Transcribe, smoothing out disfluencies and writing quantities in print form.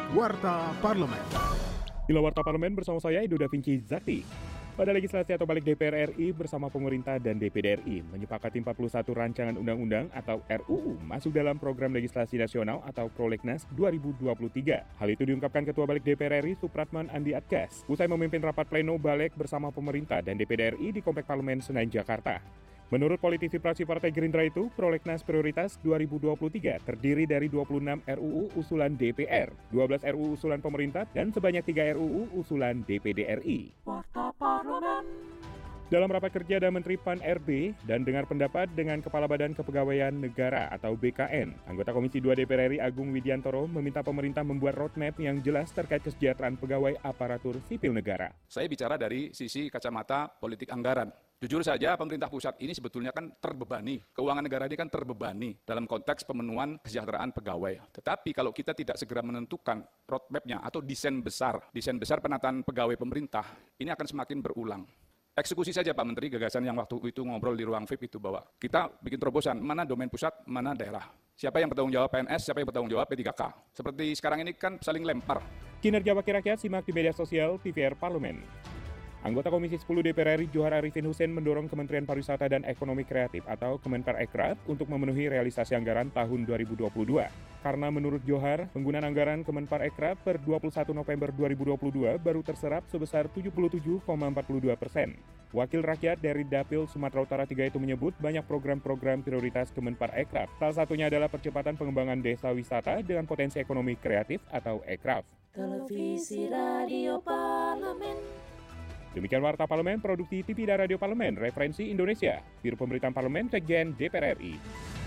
Warta Parlemen. Inilah Warta Parlemen bersama saya, Edo Da Vinci Zakti. Pada legislasi atau balik DPR RI bersama pemerintah dan DPD RI menyepakati 41 rancangan undang-undang atau RUU masuk dalam program legislasi nasional atau Prolegnas 2023. Hal itu diungkapkan Ketua Balik DPR RI Supratman Andi Adgas usai memimpin rapat pleno Balik bersama pemerintah dan DPD RI di Komplek Parlemen Senayan, Jakarta. Menurut politisi fraksi Partai Gerindra itu, Prolegnas Prioritas 2023 terdiri dari 26 RUU usulan DPR, 12 RUU usulan pemerintah, dan sebanyak 3 RUU usulan DPD RI. Warta Parlemen. Dalam rapat kerja dan Menteri PAN RB dan dengar pendapat dengan Kepala Badan Kepegawaian Negara atau BKN, anggota Komisi 2 DPR RI Agung Widiantoro meminta pemerintah membuat roadmap yang jelas terkait kesejahteraan pegawai aparatur sipil negara. Saya bicara dari sisi kacamata politik anggaran. Jujur saja pemerintah pusat ini sebetulnya kan terbebani, keuangan negara ini kan terbebani dalam konteks pemenuhan kesejahteraan pegawai. Tetapi kalau kita tidak segera menentukan roadmap-nya atau desain besar penataan pegawai pemerintah, ini akan semakin berulang. Eksekusi saja Pak Menteri gagasan yang waktu itu ngobrol di ruang VIP itu bahwa kita bikin terobosan mana domain pusat, mana daerah. Siapa yang bertanggung jawab PNS, siapa yang bertanggung jawab P3K. Seperti sekarang ini kan saling lempar. Kinerja Wakil Rakyat simak di media sosial TVR Parlemen. Anggota Komisi 10 DPR RI Johar Arifin Hussein mendorong Kementerian Pariwisata dan Ekonomi Kreatif atau Kemenparekraf untuk memenuhi realisasi anggaran tahun 2022. Karena menurut Johar, penggunaan anggaran Kemenparekraf per 21 November 2022 baru terserap sebesar 77,42%. Wakil rakyat dari Dapil Sumatera Utara 3 itu menyebut banyak program-program prioritas Kemenparekraf. Salah satunya adalah percepatan pengembangan desa wisata dengan potensi ekonomi kreatif atau ekraf. Televisi Radio Parlemen. Demikian Warta Parlemen, produksi TV dan Radio Parlemen, Referensi Indonesia, Biro Pemberitaan Parlemen, Sekjen DPR RI.